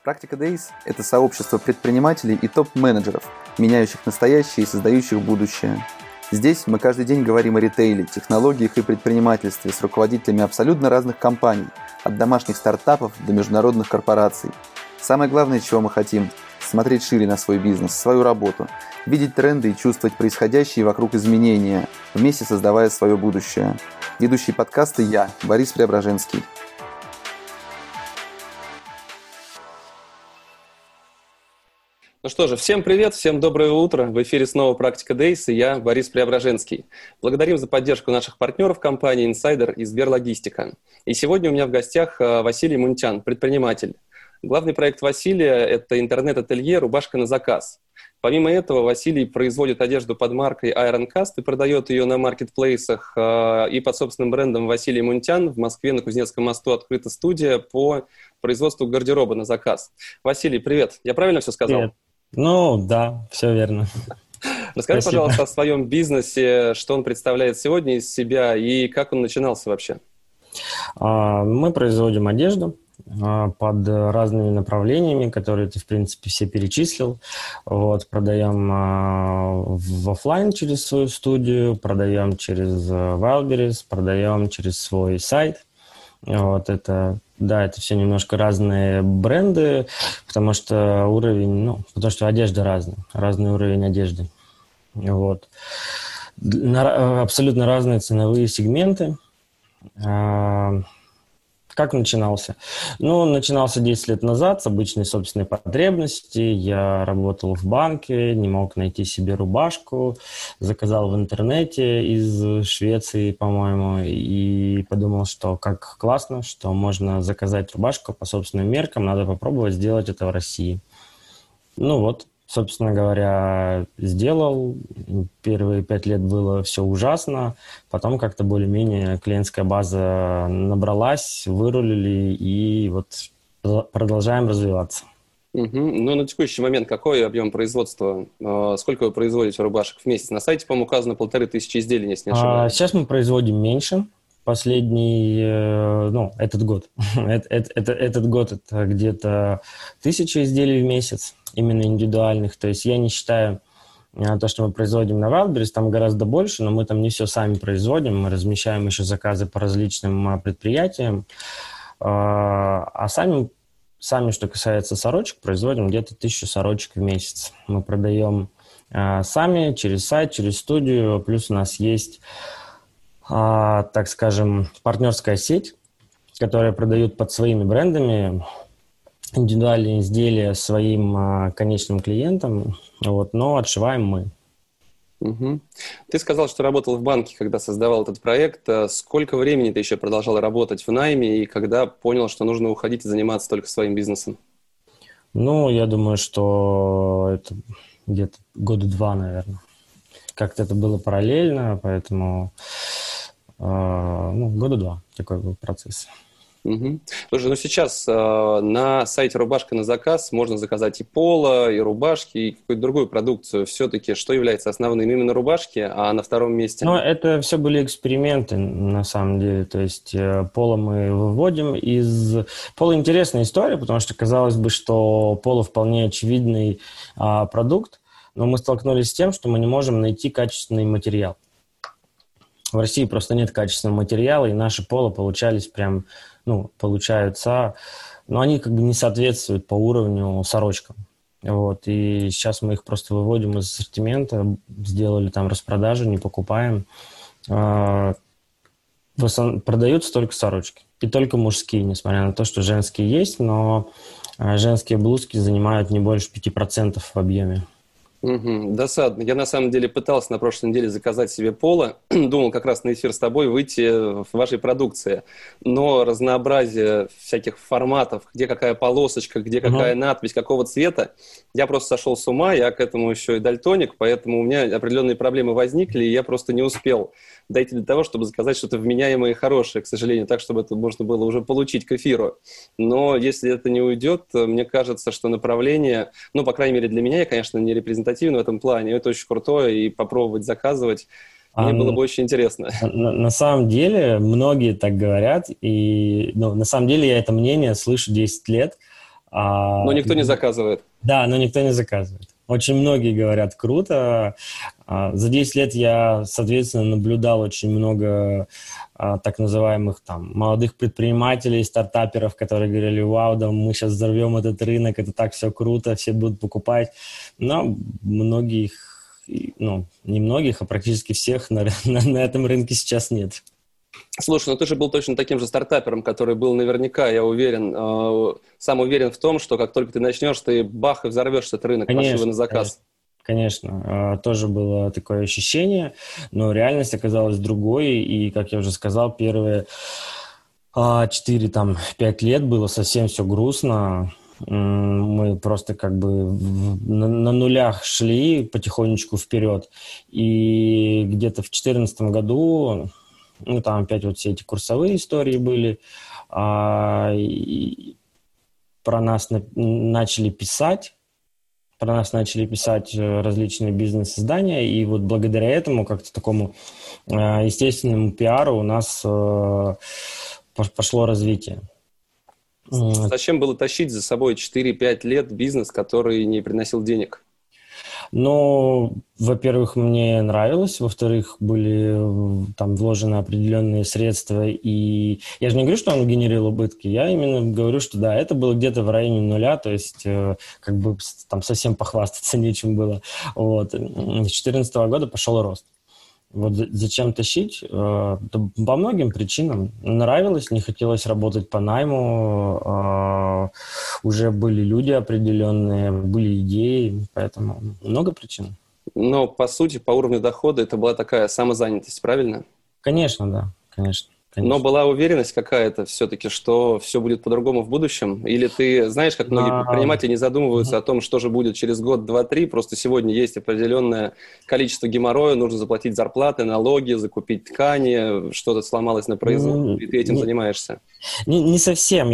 Практика Days– это сообщество предпринимателей и топ-менеджеров, меняющих настоящее и создающих будущее. Здесь мы каждый день говорим о ритейле, технологиях и предпринимательстве с руководителями абсолютно разных компаний, от домашних стартапов до международных корпораций. Самое главное, чего мы хотим – смотреть шире на свой бизнес, свою работу, видеть тренды и чувствовать происходящие вокруг изменения, вместе создавая свое будущее. Ведущий подкаста я, Борис Преображенский. Ну что же, всем привет, всем доброе утро. В эфире снова «Практика Days» и я, Борис Преображенский. Благодарим за поддержку наших партнеров компании Insider и Сберлогистика. И сегодня у меня в гостях Василий Мунтян, предприниматель. Главный проект Василия – это интернет-ателье «Рубашка на заказ». Помимо этого, Василий производит одежду под маркой Ironcast и продает ее на маркетплейсах. И под собственным брендом Василий Мунтян в Москве на Кузнецком мосту открыта студия по производству гардероба на заказ. Василий, привет. Я правильно все сказал? Привет. Ну, да, все верно. Расскажи, Спасибо. пожалуйста, о своем бизнесе, что он представляет сегодня из себя и как он начинался вообще. Мы производим одежду под разными направлениями, которые ты, в принципе, все перечислил. Вот, продаем в офлайн через свою студию, продаем через Wildberries, продаем через свой сайт. Вот, это все немножко разные бренды, потому что одежда разная, разный уровень одежды. Вот. Абсолютно разные ценовые сегменты. Как начинался? Начинался 10 лет назад с обычной собственной потребности. Я работал в банке, не мог найти себе рубашку. Заказал в интернете из Швеции, по-моему, и подумал, что как классно, что можно заказать рубашку по собственным меркам, надо попробовать сделать это в России. Собственно говоря, сделал. Первые 5 лет было все ужасно. Потом как-то более-менее клиентская база набралась, вырулили и вот продолжаем развиваться. На текущий момент какой объем производства? Сколько вы производите рубашек в месяц? На сайте, по-моему, указано 1500 изделий, если не ошибаюсь. Сейчас мы производим меньше. Этот год. Этот год это где-то 1000 изделий в месяц, именно индивидуальных. То есть я не считаю то, что мы производим на Wildberries, там гораздо больше, но мы там не все сами производим, мы размещаем еще заказы по различным предприятиям. А сами, что касается сорочек, производим где-то 1000 сорочек в месяц. Мы продаем сами через сайт, через студию, плюс у нас есть... так скажем, партнерская сеть, которая продает под своими брендами индивидуальные изделия своим конечным клиентам, но отшиваем мы. Ты сказал, что работал в банке, когда создавал этот проект. Сколько времени ты еще продолжал работать в найме и когда понял, что нужно уходить и заниматься только своим бизнесом? Я думаю, что это где-то 2 года, наверное. Как-то это было параллельно, поэтому... 2 года такой был процесс. Слушай, сейчас на сайте «Рубашка на заказ» можно заказать и поло, и рубашки, и какую-то другую продукцию. Все-таки что является основным? Именно рубашки, а на втором месте? Это все были эксперименты, на самом деле. То есть поло мы выводим из... Поло интересная история, потому что казалось бы, что поло вполне очевидный продукт, но мы столкнулись с тем, что мы не можем найти качественный материал. В России просто нет качественного материала, и наши поло получаются, но они как бы не соответствуют по уровню сорочкам. И сейчас мы их просто выводим из ассортимента, сделали там распродажу, не покупаем. Продаются только сорочки, и только мужские, несмотря на то, что женские есть, но женские блузки занимают не больше 5% в объеме. Досадно. Я на самом деле пытался на прошлой неделе заказать себе поло. Думал как раз на эфир с тобой выйти в вашей продукции. Но разнообразие всяких форматов, где какая полосочка, где какая надпись, какого цвета, я просто сошел с ума. Я к этому еще и дальтоник, поэтому у меня определенные проблемы возникли, и я просто не успел дойти до того, чтобы заказать что-то вменяемое и хорошее, к сожалению, так, чтобы это можно было уже получить к эфиру. Но если это не уйдет, мне кажется, что направление, по крайней мере для меня, я, конечно, не репрезентативен в этом плане, это очень крутое, и попробовать заказывать мне было бы очень интересно. На самом деле, многие так говорят, и на самом деле я это мнение слышу 10 лет, Но никто не заказывает. Да, но никто не заказывает. Очень многие говорят круто. За 10 лет я, соответственно, наблюдал очень много так называемых там молодых предпринимателей, стартаперов, которые говорили: вау, да мы сейчас взорвем этот рынок, это так все круто, все будут покупать. Но многих, ну, не многих, а практически всех на этом рынке сейчас нет. Слушай, ну ты же был точно таким же стартапером, который был наверняка, я уверен, сам уверен в том, что как только ты начнешь, ты бах и взорвешь этот рынок пошивы на заказ. Конечно, тоже было такое ощущение, но реальность оказалась другой, и, как я уже сказал, первые 4-5 лет было совсем все грустно. Мы просто как бы на нулях шли потихонечку вперед, и где-то в 2014 году, ну, там опять вот все эти курсовые истории были, и про нас начали писать различные бизнес-издания, и вот благодаря этому, как-то такому естественному пиару у нас пошло развитие. Зачем было тащить за собой 4-5 лет бизнес, который не приносил денег? Ну, во-первых, мне нравилось, во-вторых, были там вложены определенные средства, и я же не говорю, что он генерил убытки, я именно говорю, что да, это было где-то в районе нуля, то есть как бы там совсем похвастаться нечем было. Вот. С 2014 года пошел рост. Вот зачем тащить? Да, по многим причинам. Нравилось, не хотелось работать по найму, уже были люди определенные, были идеи, поэтому много причин. Но, по сути, по уровню дохода это была такая самозанятость, правильно? Конечно, да, конечно. Но была уверенность какая-то все-таки, что все будет по-другому в будущем? Или ты знаешь, как многие предприниматели не задумываются о том, что же будет через год, два, три, просто сегодня есть определенное количество геморроя, нужно заплатить зарплаты, налоги, закупить ткани, что-то сломалось на производстве, и ты этим занимаешься? Не совсем,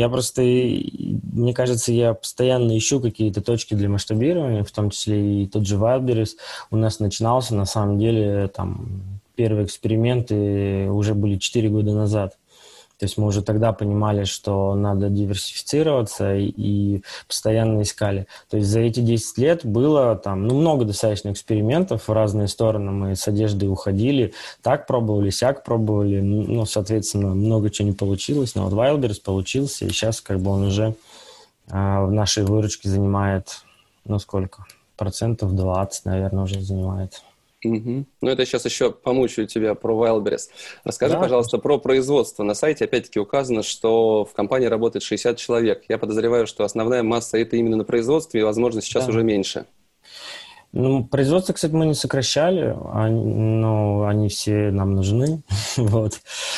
мне кажется, я постоянно ищу какие-то точки для масштабирования, в том числе и тот же Wildberries у нас начинался, на самом деле, там... Первые эксперименты уже были 4 года назад. То есть мы уже тогда понимали, что надо диверсифицироваться и постоянно искали. То есть за эти 10 лет было там, много достаточно экспериментов в разные стороны. Мы с одеждой уходили, так пробовали, сяк пробовали. Соответственно, много чего не получилось. Но вот Wildberries получился, и сейчас как бы он уже в нашей выручке занимает, сколько? 20%, наверное, уже занимает. Угу. Ну, это сейчас еще помучаю тебя про Wildberries. Расскажи, пожалуйста, про производство. На сайте опять-таки указано, что в компании работает 60 человек. Я подозреваю, что основная масса это именно на производстве, и, возможно, сейчас уже меньше. Производство, кстати, мы не сокращали, но они все нам нужны. Вот.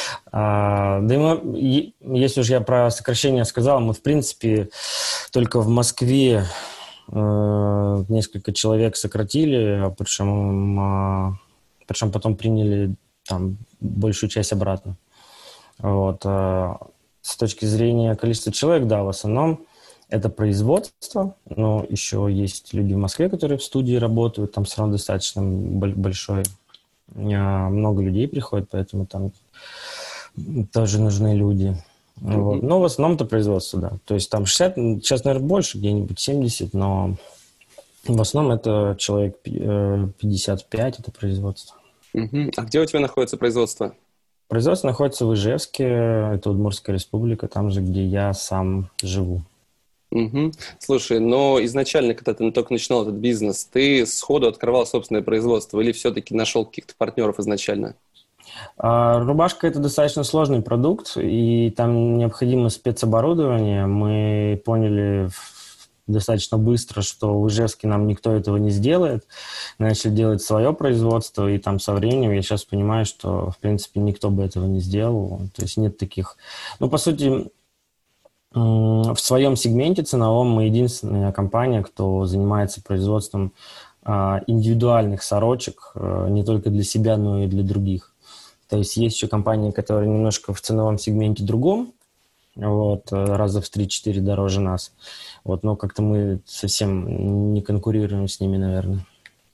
Если уж я про сокращение сказал, мы, в принципе, только в Москве несколько человек сократили, причем потом приняли там большую часть обратно. Вот. С точки зрения количества человек, да, в основном это производство, но еще есть люди в Москве, которые в студии работают, там все равно достаточно большой, много людей приходит, поэтому там тоже нужны люди. Вот. Но в основном это производство, да. То есть там 60, сейчас, наверное, больше, где-нибудь 70, но в основном это человек 55, это производство. А где у тебя находится производство? Производство находится в Ижевске, это Удмуртская республика, там же, где я сам живу. Слушай, но изначально, когда ты только начинал этот бизнес, ты сходу открывал собственное производство или все-таки нашел каких-то партнеров изначально? Рубашка – это достаточно сложный продукт, и там необходимо спецоборудование. Мы поняли достаточно быстро, что в Ижевске нам никто этого не сделает. Начали делать свое производство, и там со временем я сейчас понимаю, что, в принципе, никто бы этого не сделал. То есть нет таких... по сути, в своем сегменте ценовом мы единственная компания, кто занимается производством индивидуальных сорочек не только для себя, но и для других. То есть есть еще компании, которые немножко в ценовом сегменте другом, вот, раза в 3-4 дороже нас. Вот, но как-то мы совсем не конкурируем с ними, наверное.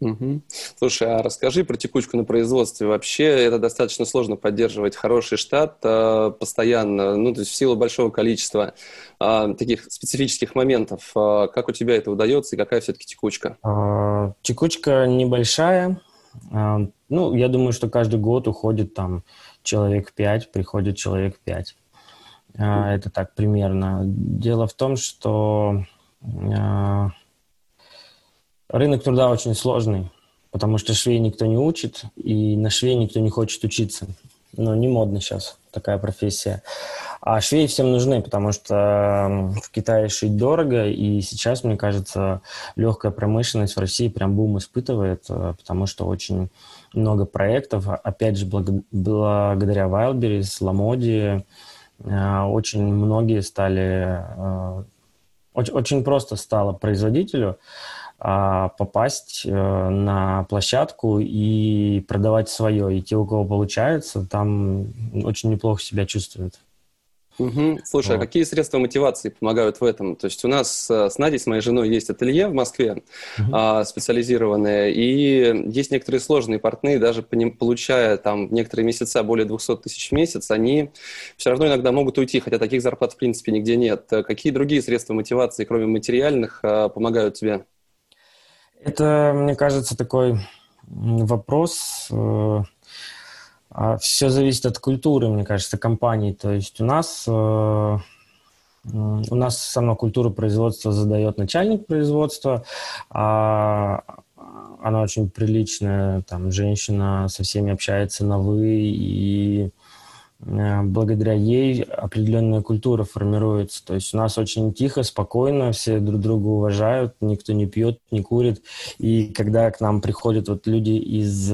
Мгм. Слушай, а расскажи про текучку на производстве. Вообще это достаточно сложно поддерживать хороший штат постоянно, ну, то есть в силу большого количества таких специфических моментов. Как у тебя это удается и какая все-таки текучка? Текучка небольшая. Ну, я думаю, что каждый год уходит там человек 5, приходит человек 5. Это так примерно. Дело в том, что рынок труда очень сложный, потому что швей никто не учит, и на швей никто не хочет учиться. Но не модно сейчас такая профессия. А швеи всем нужны, потому что в Китае шить дорого, и сейчас, мне кажется, легкая промышленность в России прям бум испытывает, потому что очень много проектов, опять же, благодаря Wildberries, Ламоде, очень многие стали... Очень просто стало производителю попасть на площадку и продавать свое. И те, у кого получается, там очень неплохо себя чувствуют. Угу. Слушай, а какие средства мотивации помогают в этом? То есть у нас с Надей, с моей женой, есть ателье в Москве специализированное, и есть некоторые сложные портные, даже получая там в некоторые месяца более 200 тысяч в месяц, они все равно иногда могут уйти, хотя таких зарплат в принципе нигде нет. Какие другие средства мотивации, кроме материальных, помогают тебе? Это, мне кажется, такой вопрос. Все зависит от культуры, мне кажется, компании. То есть у нас сама культура производства задает начальник производства, она очень приличная, там женщина со всеми общается на «вы», и благодаря ей определенная культура формируется. То есть у нас очень тихо, спокойно, все друг друга уважают, никто не пьет, не курит. И когда к нам приходят вот люди из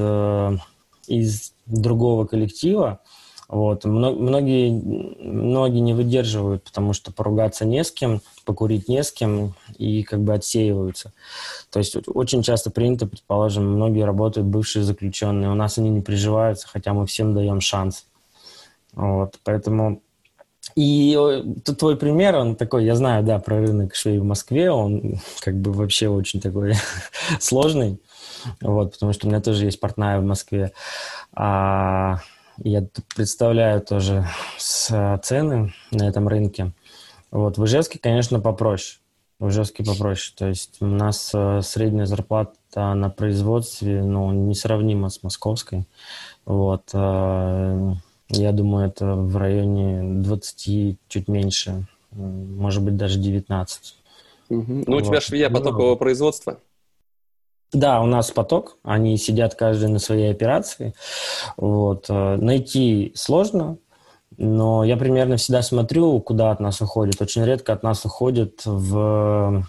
другого коллектива, вот, многие не выдерживают, потому что поругаться не с кем, покурить не с кем, и как бы отсеиваются. То есть очень часто принято, предположим, многие работают бывшие заключенные, у нас они не приживаются, хотя мы всем даем шанс. Вот, поэтому... И твой пример, он такой, я знаю, да, про рынок швей в Москве, он как бы вообще очень такой сложный, вот, потому что у меня тоже есть портная в Москве. Я представляю тоже цены на этом рынке. Вот, в Ижевске, конечно, попроще. В Ижевске попроще. То есть у нас средняя зарплата на производстве, ну, несравнима с московской. Вот, я думаю, это в районе 20, чуть меньше, может быть, даже 19. Ну, у тебя швея потокового производства? Да, у нас поток, они сидят каждый на своей операции. Вот. Найти сложно, но я примерно всегда смотрю, куда от нас уходит. Очень редко от нас уходит на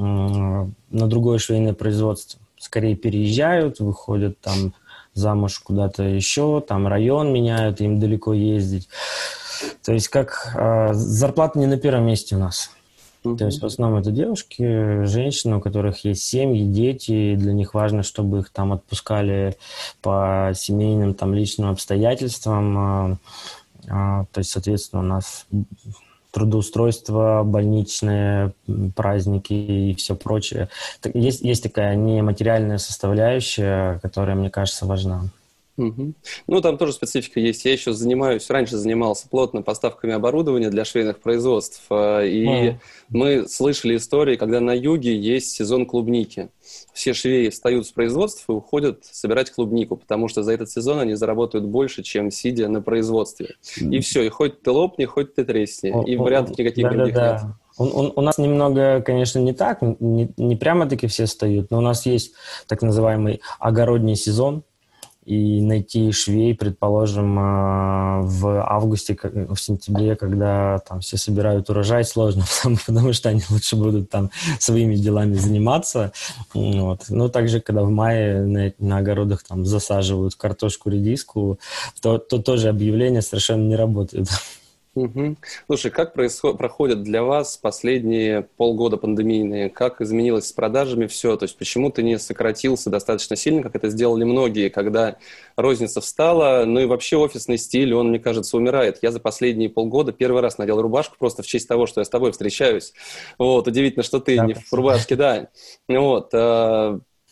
другое швейное производство. Скорее переезжают, выходят там замуж куда-то еще, там район меняют, им далеко ездить. То есть как зарплата не на первом месте у нас. То есть в основном это девушки, женщины, у которых есть семьи, дети, и для них важно, чтобы их там отпускали по семейным, там, личным обстоятельствам. То есть, соответственно, у нас трудоустройство, больничные, праздники и все прочее. Есть такая нематериальная составляющая, которая, мне кажется, важна. Ну, там тоже специфика есть. Я еще раньше занимался плотно поставками оборудования для швейных производств. И мы слышали истории, когда на юге есть сезон клубники. Все швеи встают с производства и уходят собирать клубнику, потому что за этот сезон они заработают больше, чем сидя на производстве. И все, и хоть ты лопни, хоть ты тресни. И вариантов никаких других нет. У нас немного, конечно, не так, не прямо-таки все встают, но у нас есть так называемый огородний сезон. И найти швей, предположим, в августе, в сентябре, когда там все собирают урожай, сложно, потому что они лучше будут там своими делами заниматься. Вот. Но также, когда в мае на огородах там засаживают картошку, редиску, то тоже объявления совершенно не работают. Слушай, как проходят для вас последние полгода пандемийные? Как изменилось с продажами все? То есть почему ты не сократился достаточно сильно, как это сделали многие, когда розница встала? Ну и вообще офисный стиль, он, мне кажется, умирает. Я за последние полгода первый раз надел рубашку просто в честь того, что я с тобой встречаюсь. Вот, удивительно, что ты не в рубашке, да. Вот.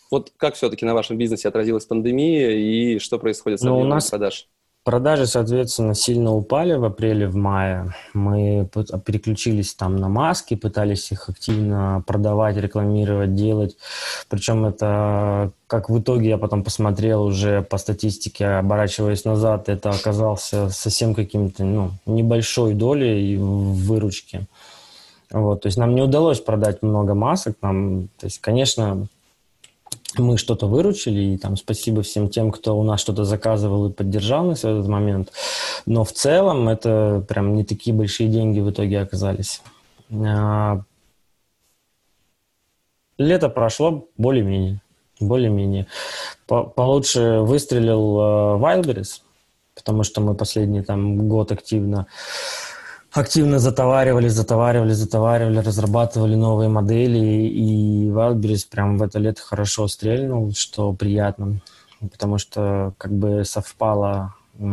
Вот как все-таки на вашем бизнесе отразилась пандемия и что происходит с объемом продаж? Продажи, соответственно, сильно упали в апреле, в мае. Мы переключились там на маски, пытались их активно продавать, рекламировать, делать. Причем это, как в итоге я потом посмотрел уже по статистике, оборачиваясь назад, это оказался совсем каким-то небольшой долей в выручке. Вот, то есть нам не удалось продать много масок. То есть, конечно, мы что-то выручили, и там спасибо всем тем, кто у нас что-то заказывал и поддержал нас в этот момент. Но в целом это прям не такие большие деньги в итоге оказались. Лето прошло более-менее. Получше выстрелил Wildberries, потому что мы последний год активно затоваривали, разрабатывали новые модели, и Wildberries прям в это лето хорошо стрельнул, что приятно, потому что как бы совпало,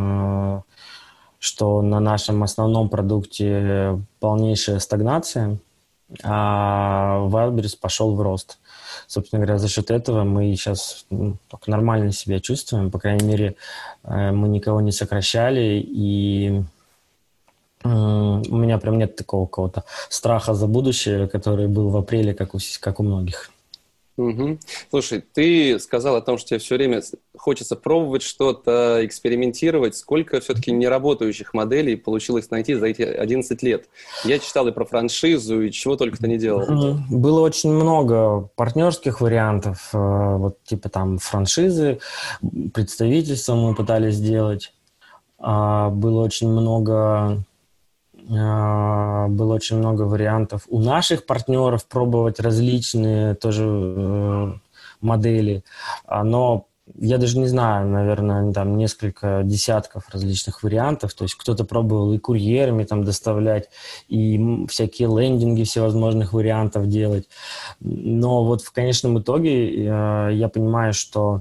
что на нашем основном продукте полнейшая стагнация, а Wildberries пошел в рост. Собственно говоря, за счет этого мы сейчас нормально себя чувствуем, по крайней мере, мы никого не сокращали, и у меня прям нет такого какого-то страха за будущее, который был в апреле, как у многих. Угу. Слушай, ты сказал о том, что тебе все время хочется пробовать что-то, экспериментировать. Сколько все-таки неработающих моделей получилось найти за эти 11 лет? Я читал и про франшизу, и чего только ты не делал. Было очень много партнерских вариантов, типа франшизы, представительства мы пытались сделать. Было очень много вариантов у наших партнеров пробовать различные тоже модели, но я даже не знаю, наверное, несколько десятков различных вариантов, то есть кто-то пробовал и курьерами доставлять, и всякие лендинги всевозможных вариантов делать, но вот в конечном итоге я понимаю, что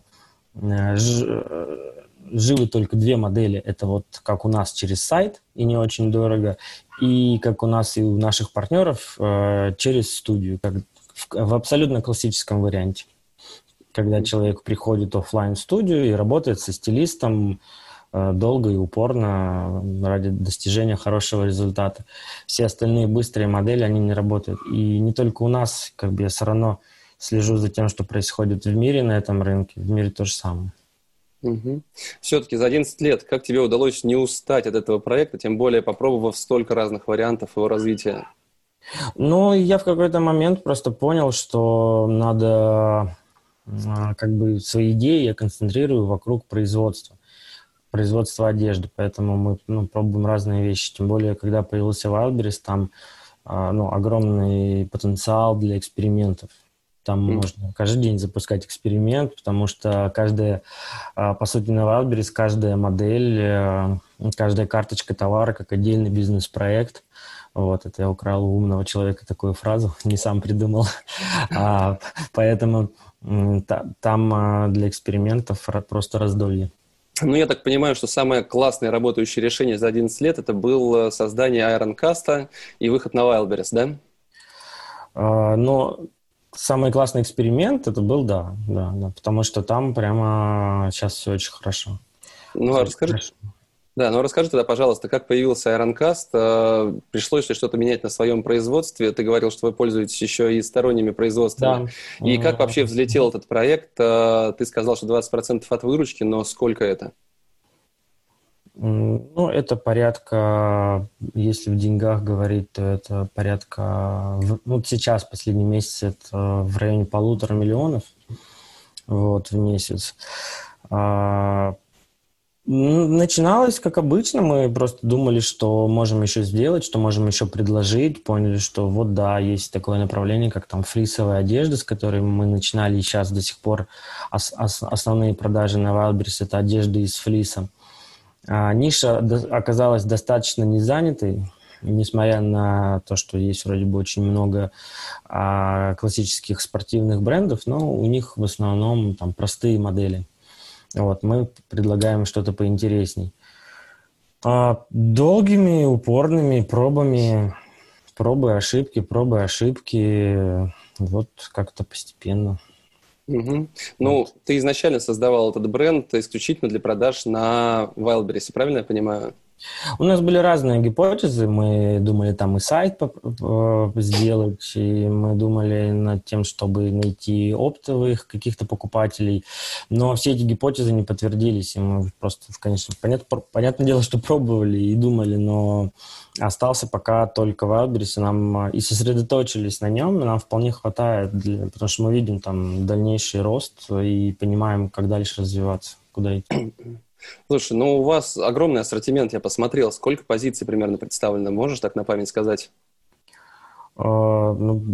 живы только две модели. Это вот как у нас через сайт, и не очень дорого, и как у нас и у наших партнеров через студию, как в абсолютно классическом варианте. Когда человек приходит офлайн в студию и работает со стилистом долго и упорно ради достижения хорошего результата. Все остальные быстрые модели, они не работают. И не только у нас, я все равно слежу за тем, что происходит в мире на этом рынке. В мире то же самое. Угу. Все-таки за 11 лет как тебе удалось не устать от этого проекта, тем более попробовав столько разных вариантов его развития? Я в какой-то момент просто понял, что надо свои идеи я концентрирую вокруг производства одежды, поэтому мы пробуем разные вещи, тем более, когда появился Wildberries, там огромный потенциал для экспериментов. Там можно каждый день запускать эксперимент, потому что по сути, на Wildberries каждая модель, каждая карточка товара как отдельный бизнес-проект. Вот, это я украл у умного человека такую фразу, не сам придумал. Поэтому там для экспериментов просто раздолье. Я так понимаю, что самое классное работающее решение за 11 лет это было создание Ironcast и выход на Wildberries, да? Самый классный эксперимент это был, да, потому что там прямо сейчас все очень хорошо. Расскажи тогда, пожалуйста, как появился Ironcast, пришлось ли что-то менять на своем производстве? Ты говорил, что вы пользуетесь еще и сторонними производствами. Да. И как вообще взлетел этот проект? Ты сказал, что 20% от выручки, но сколько это? Это порядка, если в деньгах говорить, то это порядка, сейчас, последний месяц, это в районе 1,5 миллиона в месяц. Начиналось, как обычно, мы просто думали, что можем еще сделать, что можем еще предложить, поняли, что есть такое направление, как флисовая одежда, с которой мы начинали, и сейчас до сих пор основные продажи на Wildberries – это одежда из флиса. Ниша оказалась достаточно незанятой, несмотря на то, что есть вроде бы очень много классических спортивных брендов, но у них в основном простые модели. Мы предлагаем что-то поинтересней. Долгими, упорными пробами, пробы, ошибки, как-то постепенно. Мгм. Ну, ты изначально создавал этот бренд исключительно для продаж на Wildberries, правильно я понимаю? У нас были разные гипотезы. Мы думали там и сайт сделать, и мы думали над тем, чтобы найти оптовых каких-то покупателей. Но все эти гипотезы не подтвердились, и мы просто, конечно, понятное дело, что пробовали и думали, но остался пока только Wildberries, и нам и сосредоточились на нем, и нам вполне хватает, потому что мы видим там дальнейший рост и понимаем, как дальше развиваться, куда идти. Слушай, ну у вас огромный ассортимент, я посмотрел. Сколько позиций примерно представлено? Можешь так на память сказать? Ну,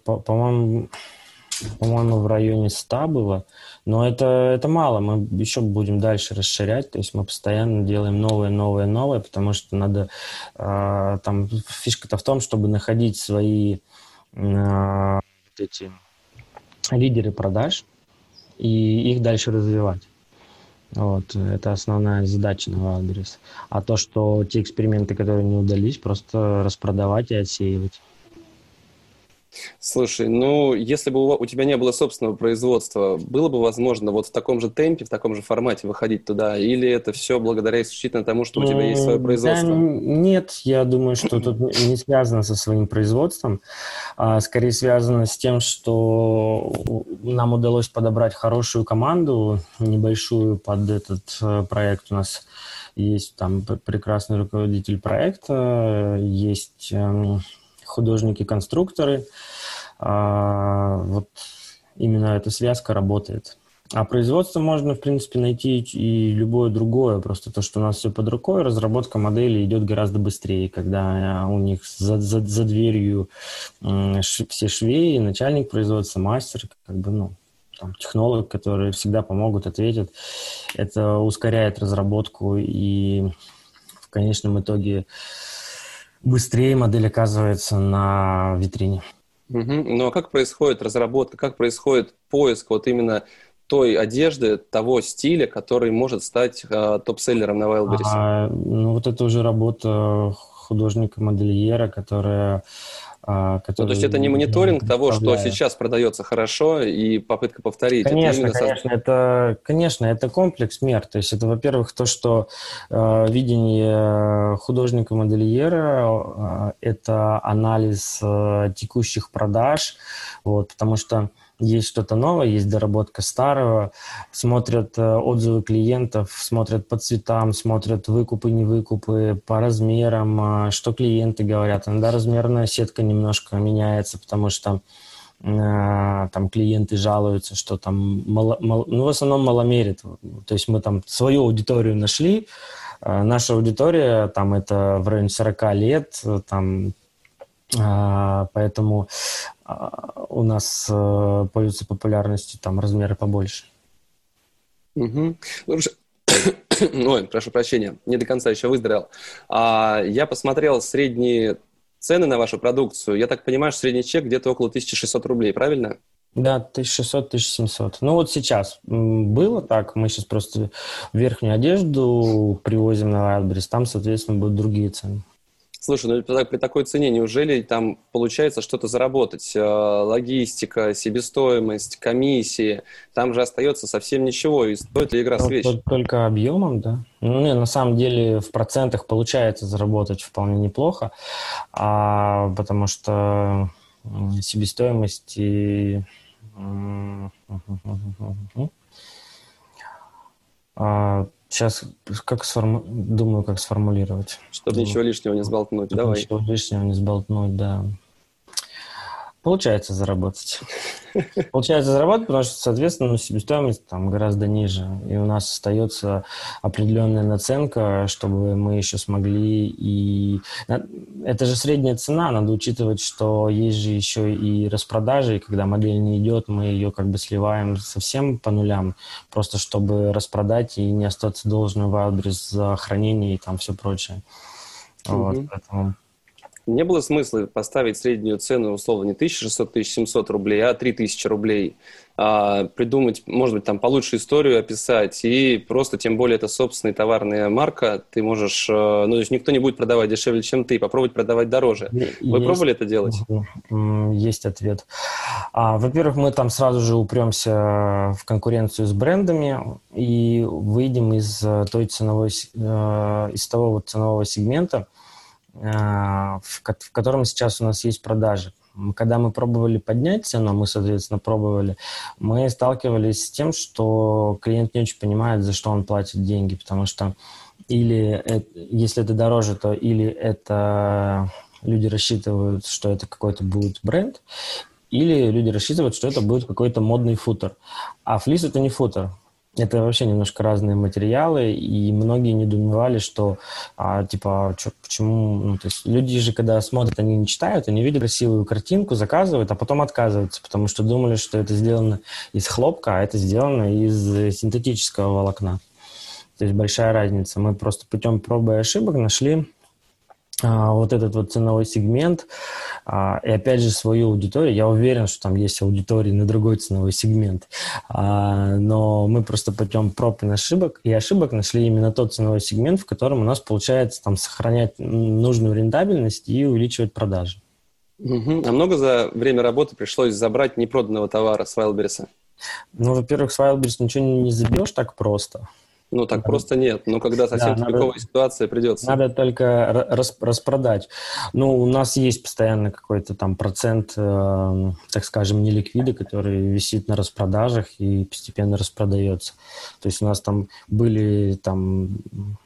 по-моему, в районе 100 было, но это мало, мы еще будем дальше расширять, то есть мы постоянно делаем новое, потому что надо, там фишка-то в том, чтобы находить свои вот эти лидеры продаж и их дальше развивать. Вот, это основная задача на Wildberries. А то, что те эксперименты, которые не удались, просто распродавать и отсеивать. Слушай, ну, если бы у тебя не было собственного производства, было бы возможно вот в таком же темпе, в таком же формате выходить туда? Или это все благодаря исключительно тому, что у тебя есть свое Да, производство? нет, я думаю, что тут не связано со своим производством, а скорее связано с тем, что нам удалось подобрать хорошую команду, небольшую под этот проект. У нас есть там прекрасный руководитель проекта, есть художники-конструкторы. Вот именно эта связка работает. А производство можно, в принципе, найти и любое другое. Просто то, что у нас все под рукой, разработка модели идет гораздо быстрее, когда у них за дверью все швеи, начальник производства, мастер, как бы, ну, там, технолог, которые всегда помогут, ответят. Это ускоряет разработку, и в конечном итоге быстрее модель оказывается на витрине. Мгм. Ну а как происходит разработка, как происходит поиск вот именно той одежды, того стиля, который может стать топ-селлером на Wildberries? Ну, вот это уже работа художника-модельера, Ну, то есть который это не мониторинг того, что представляет. сейчас продается хорошо, и попытка повторить. Это Конечно, именно это комплекс мер. То есть это, во-первых, то, что видение художника-модельера это анализ текущих продаж, вот, потому что есть что-то новое, есть доработка старого, смотрят отзывы клиентов, смотрят по цветам, смотрят выкупы, не выкупы, по размерам, что клиенты говорят. Иногда размерная сетка немножко меняется, потому что там клиенты жалуются, что там ну, в основном маломерит. То есть мы там свою аудиторию нашли, наша аудитория там это в районе 40 лет, там, поэтому у нас пользуются популярностью там размеры побольше. Угу. Ой, прошу прощения, не до конца еще выздоровел. Я посмотрел средние цены на вашу продукцию. Я так понимаю, что средний чек где-то около 1600 рублей, правильно? Да, 1600-1700. Ну вот сейчас было так, мы сейчас просто верхнюю одежду привозим на Wildberries, там, соответственно, будут другие цены. Слушай, ну при такой цене неужели там получается что-то заработать? Логистика, себестоимость, комиссии, там же остается совсем ничего, и стоит ли игра свеч? Только объемом, да. Ну, не, на самом деле в процентах получается заработать вполне неплохо, потому что себестоимость и сейчас думаю, как сформулировать. Чтобы ничего лишнего не сболтнуть. Чтобы Давай. ничего лишнего не сболтнуть, да. Получается заработать. Получается заработать, потому что, соответственно, себестоимость там гораздо ниже. И у нас остается определенная наценка, чтобы мы еще смогли и... Это же средняя цена, надо учитывать, что есть же еще и распродажи, и когда модель не идет, мы ее как бы сливаем совсем по нулям, просто чтобы распродать и не остаться должным в Wildberries за хранение и там все прочее. Вот, поэтому... Не было смысла поставить среднюю цену, условно, не 1600-1700 рублей, а 3000 рублей. Придумать, может быть, там получше историю описать, и просто, тем более, это собственная товарная марка, ты можешь, ну, то есть никто не будет продавать дешевле, чем ты, попробовать продавать дороже. Вы пробовали это делать? Есть ответ. Во-первых, мы там сразу же упремся в конкуренцию с брендами и выйдем из того вот ценового сегмента, в котором сейчас у нас есть продажи. Когда мы пробовали поднять цену, мы, соответственно, мы сталкивались с тем, что клиент не очень понимает, за что он платит деньги, потому что если это дороже, то или это люди рассчитывают, что это какой-то будет бренд, или люди рассчитывают, что это будет какой-то модный футер. А флис – это не футер. Это вообще немножко разные материалы, и многие недоумевали, что, почему... Ну, то есть люди же, когда смотрят, они не читают, они видят красивую картинку, заказывают, а потом отказываются, потому что думали, что это сделано из хлопка, а это сделано из синтетического волокна. То есть большая разница. Мы просто путем пробы и ошибок нашли вот этот вот ценовой сегмент, и опять же свою аудиторию. Я уверен, что там есть аудитория на другой ценовой сегмент, но мы просто путем проб и ошибок нашли именно тот ценовой сегмент, в котором у нас получается там сохранять нужную рентабельность и увеличивать продажи. А много за время работы пришлось забрать непроданного товара с Wildberries? Ну, во-первых, с Wildberries ничего не заберешь так просто. Ну, так просто нет. Но когда совсем тупиковая ситуация, придется. Надо только распродать. Ну, у нас есть постоянно какой-то там процент, так скажем, неликвида, который висит на распродажах и постепенно распродается. То есть у нас там были там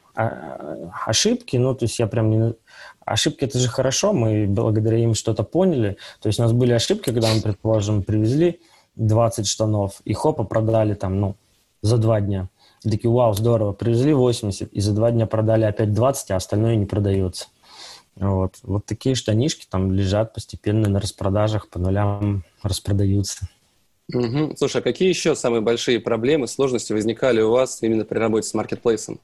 ошибки, ну, то есть я прям не... Ошибки – это же хорошо, мы благодаря им что-то поняли. То есть у нас были ошибки, когда мы, предположим, привезли 20 штанов и хопа продали там, за 2 дня. И такие, вау, здорово, привезли 80, и за 2 дня продали опять 20, а остальное не продается. Вот такие штанишки там лежат постепенно на распродажах, по нулям распродаются. Угу. Слушай, а какие еще самые большие проблемы, сложности возникали у вас именно при работе с маркетплейсом?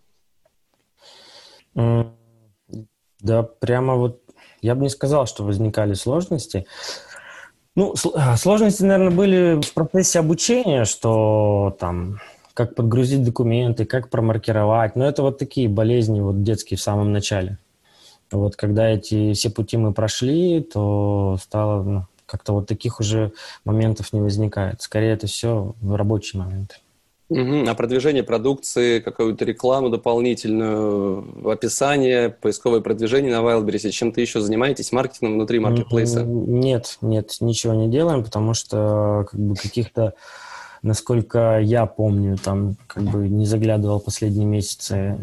Да, прямо вот я бы не сказал, что возникали сложности. Ну, сложности, наверное, были в процессе обучения, что там... как подгрузить документы, как промаркировать. Но это вот такие болезни вот детские в самом начале. Вот когда эти все пути мы прошли, то стало как-то вот таких уже моментов не возникает. Скорее это все рабочие моменты. А продвижение продукции, какую-то рекламу дополнительную, описание, поисковое продвижение на Wildberries, чем-то еще занимаетесь, маркетингом внутри маркетплейса? Нет, ничего не делаем, потому что каких-то, насколько я помню, там не заглядывал последние месяцы,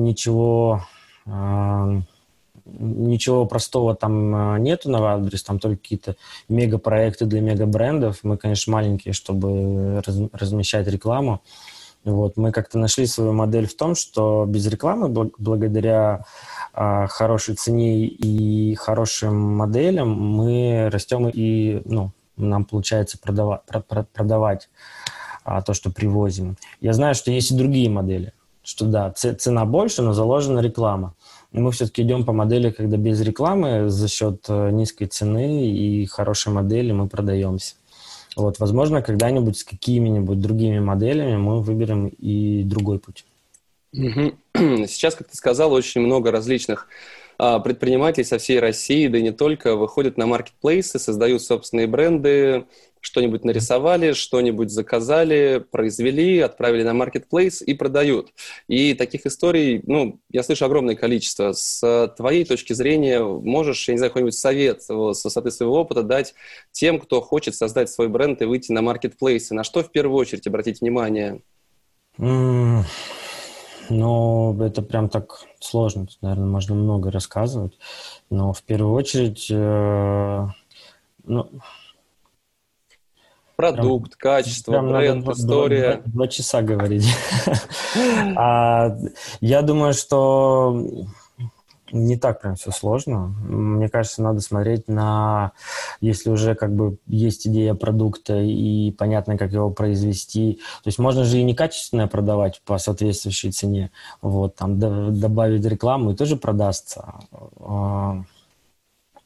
ничего простого там нету на Wildberries, там только какие-то мегапроекты для мегабрендов. Мы, конечно, маленькие, чтобы размещать рекламу. Вот. Мы как-то нашли свою модель в том, что без рекламы, благодаря хорошей цене и хорошим моделям, мы растем и нам получается продавать то, что привозим. Я знаю, что есть и другие модели, что да, цена больше, но заложена реклама. Мы все-таки идем по модели, когда без рекламы за счет низкой цены и хорошей модели мы продаемся. Вот, возможно, когда-нибудь с какими-нибудь другими моделями мы выберем и другой путь. Сейчас, как ты сказал, очень много различных предпринимателей со всей России, да и не только, выходят на маркетплейсы, создают собственные бренды, что-нибудь нарисовали, что-нибудь заказали, произвели, отправили на маркетплейс и продают. И таких историй, я слышу огромное количество. С твоей точки зрения, можешь, я не знаю, какой-нибудь совет с высоты своего опыта дать тем, кто хочет создать свой бренд и выйти на маркетплейсы? На что в первую очередь обратить внимание? Это прям так сложно. Тут, наверное, можно много рассказывать. Но в первую очередь... Продукт, качество, бренд, история. 2 часа говорить. Я думаю, что не так прям все сложно. Мне кажется, надо смотреть если уже есть идея продукта и понятно, как его произвести. То есть можно же и некачественное продавать по соответствующей цене. Вот, там добавить рекламу и тоже продастся.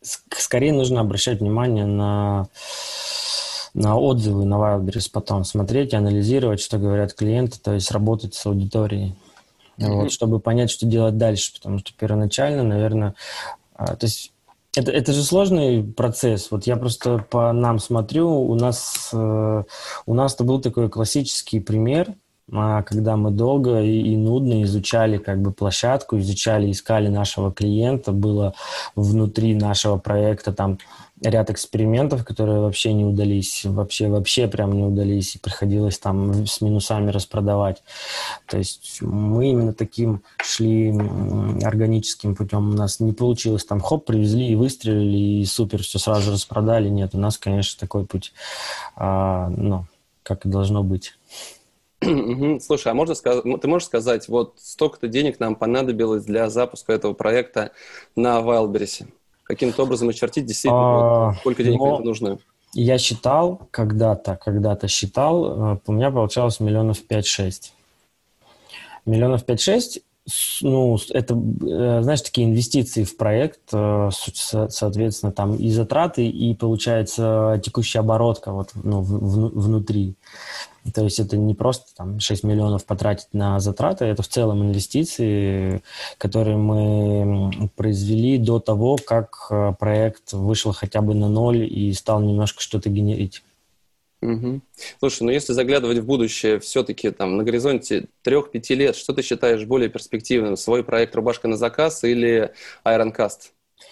скорее нужно обращать внимание на отзывы на Wildberries, потом смотреть, анализировать, что говорят клиенты, то есть работать с аудиторией, вот, чтобы понять, что делать дальше, потому что первоначально, наверное, то есть это же сложный процесс. Вот я просто по нам смотрю, у нас-то был такой классический пример, когда мы долго и нудно изучали как бы площадку, искали нашего клиента, было внутри нашего проекта там ряд экспериментов, которые вообще не удались, вообще прям не удались, и приходилось там с минусами распродавать. То есть мы именно таким шли органическим путем. У нас не получилось там, привезли и выстрелили, и супер, все сразу распродали. Нет, у нас, конечно, такой путь, как и должно быть. Слушай, ты можешь сказать, вот столько-то денег нам понадобилось для запуска этого проекта на Wildberries? Каким-то образом очертить действительно, сколько денег на это нужно? Я считал, когда-то считал, у меня получалось 5-6 миллионов. 5-6 миллионов, это, знаешь, такие инвестиции в проект, соответственно, там и затраты, и, получается, текущая оборотка внутри. То есть это не просто там 6 миллионов потратить на затраты, это в целом инвестиции, которые мы произвели до того, как проект вышел хотя бы на ноль и стал немножко что-то генерить. Угу. Слушай, если заглядывать в будущее, все-таки там на горизонте 3-5 лет, что ты считаешь более перспективным? Свой проект «Рубашка на заказ» или Ironcast?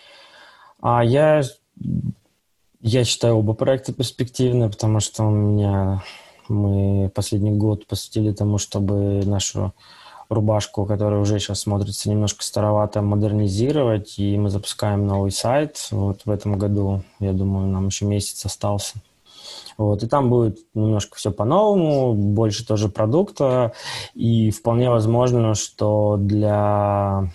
Я считаю оба проекта перспективны, потому что мы последний год посвятили тому, чтобы нашу рубашку, которая уже сейчас смотрится немножко старовато, модернизировать, и мы запускаем новый сайт. Вот в этом году, я думаю, нам еще месяц остался. Вот, и там будет немножко все по-новому, больше тоже продукта, и вполне возможно, что для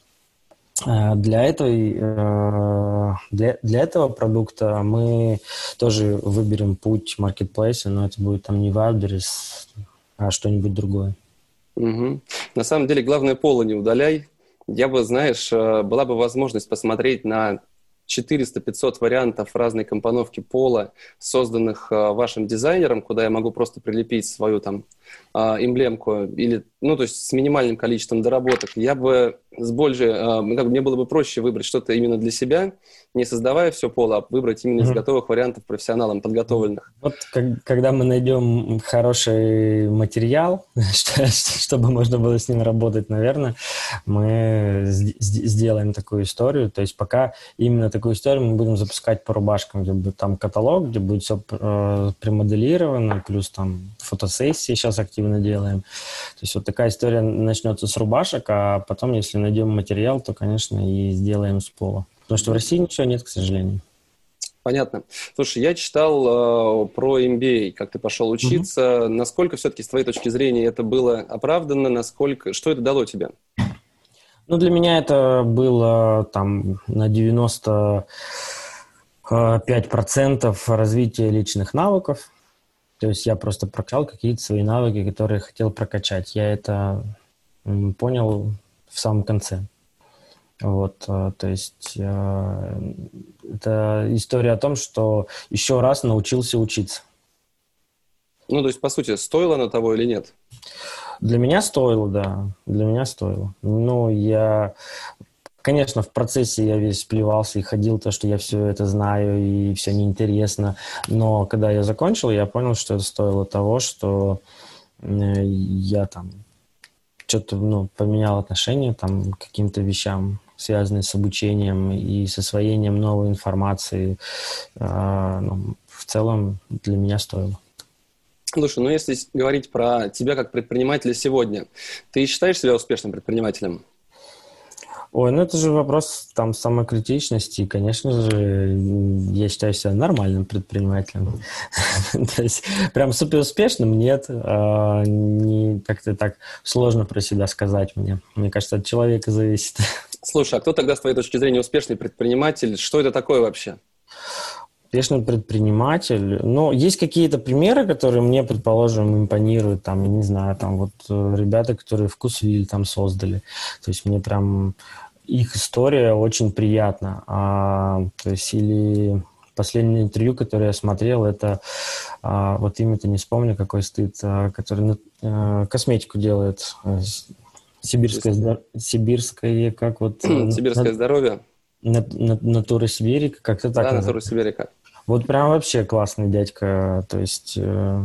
этого продукта мы тоже выберем путь маркетплейса, но это будет там не Wildberries, а что-нибудь другое. Угу. На самом деле, главное, пола не удаляй. Я бы, знаешь, была бы возможность посмотреть на 400-500 вариантов разной компоновки пола, созданных вашим дизайнером, куда я могу просто прилепить свою там эмблемку, или, то есть с минимальным количеством доработок. Я бы мне было бы проще выбрать что-то именно для себя, не создавая все поло, а выбрать именно из готовых вариантов профессионалам, подготовленных. Вот когда мы найдем хороший материал, чтобы можно было с ним работать, наверное, мы сделаем такую историю. То есть пока именно такую историю мы будем запускать по рубашкам, где будет там каталог, где будет все премоделировано, плюс там фотосессии сейчас активно делаем. То есть вот такая история начнется с рубашек, а потом, если найдем материал, то, конечно, и сделаем с пола. Потому что в России ничего нет, к сожалению. Понятно. Слушай, я читал про MBA, как ты пошел учиться. Насколько все-таки, с твоей точки зрения, это было оправданно? Что это дало тебе? Для меня это было там на 95% развития личных навыков. То есть я просто прокачал какие-то свои навыки, которые хотел прокачать. Я это понял в самом конце. Вот, то есть это история о том, что еще раз научился учиться. То есть, по сути, стоило оно того или нет? Для меня стоило, да. Для меня стоило. Конечно, в процессе я весь плевался и ходил, что я все это знаю и все неинтересно. Но когда я закончил, я понял, что это стоило того, что я там что-то поменял отношение там, к каким-то вещам, связанные с обучением и с освоением новой информации. В целом для меня стоило. Слушай, если говорить про тебя как предпринимателя сегодня, ты считаешь себя успешным предпринимателем? Ой, это же вопрос там самокритичности. И, конечно же, я считаю себя нормальным предпринимателем. То есть прям суперуспешным нет. Как-то так сложно про себя сказать мне. Мне кажется, от человека зависит. Слушай, а кто тогда, с твоей точки зрения, успешный предприниматель? Что это такое вообще? Успешный предприниматель. Есть какие-то примеры, которые мне, предположим, импонируют. Там, я не знаю, там вот ребята, которые Вкусвилл там создали. То есть мне прям их история очень приятна. То есть или последнее интервью, которое я смотрел, это вот имя-то не вспомню, какой стыд, который косметику делает. Сибирское, как вот... Сибирское здоровье. Натура Сибирика, как-то так. Да, Натура Сибирика. Вот прям вообще классный дядька. То есть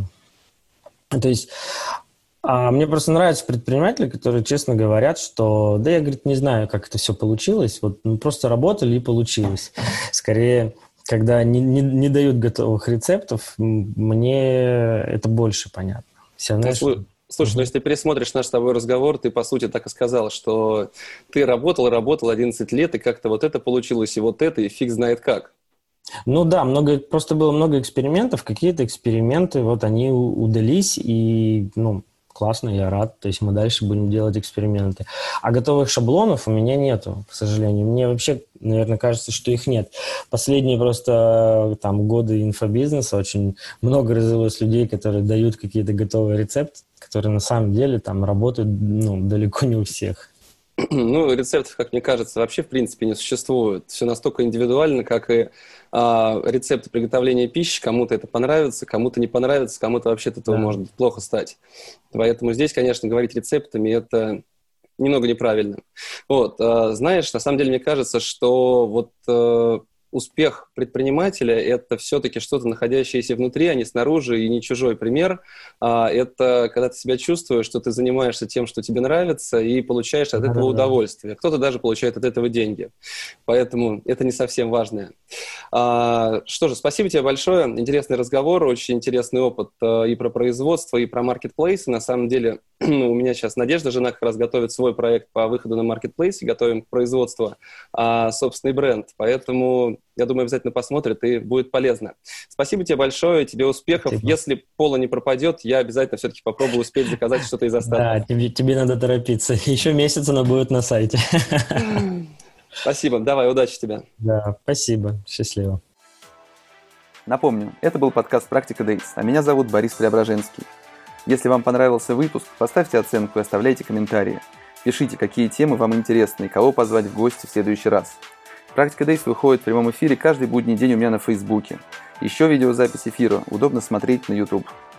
мне просто нравятся предприниматели, которые честно говорят, что да, я, говорит, не знаю, как это все получилось, вот мы просто работали и получилось. Скорее, когда не дают готовых рецептов, мне это больше понятно. Все, знаешь, Слушай, если ты пересмотришь наш с тобой разговор, ты, по сути, так и сказал, что ты работал 11 лет, и как-то вот это получилось, и вот это, и фиг знает как. Ну да, просто было много экспериментов, какие-то эксперименты, вот они удались, и, классно, я рад, то есть мы дальше будем делать эксперименты. А готовых шаблонов у меня нету, к сожалению. Мне вообще, наверное, кажется, что их нет. Последние просто годы инфобизнеса очень много развилось людей, которые дают какие-то готовые рецепты, которые на самом деле работают далеко не у всех. Рецептов, как мне кажется, вообще в принципе не существует. Все настолько индивидуально, как и рецепты приготовления пищи. Кому-то это понравится, кому-то не понравится, кому-то вообще от этого может плохо стать. Поэтому здесь, конечно, говорить рецептами – это немного неправильно. Знаешь, на самом деле мне кажется, что успех предпринимателя – это все-таки что-то, находящееся внутри, а не снаружи, и не чужой пример. Это когда ты себя чувствуешь, что ты занимаешься тем, что тебе нравится, и получаешь от этого удовольствие. Кто-то даже получает от этого деньги. Поэтому это не совсем важное. Что же, спасибо тебе большое. Интересный разговор, очень интересный опыт и про производство, и про маркетплейсы. На самом деле, у меня сейчас Надежда, жена, как раз готовит свой проект по выходу на маркетплейс, и готовим к производству собственный бренд. Поэтому я думаю, обязательно посмотрят, и будет полезно. Спасибо тебе большое, тебе успехов. Спасибо. Если Пола не пропадет, я обязательно все-таки попробую успеть заказать что-то из остатков. Да, тебе надо торопиться. Еще месяц она будет на сайте. Спасибо, давай, удачи тебе. Да, спасибо, счастливо. Напомню, это был подкаст «Практика Days», а меня зовут Борис Преображенский. Если вам понравился выпуск, поставьте оценку и оставляйте комментарии. Пишите, какие темы вам интересны и кого позвать в гости в следующий раз. «Практика Days» выходит в прямом эфире каждый будний день у меня на Фейсбуке. Еще видеозапись эфира удобно смотреть на YouTube.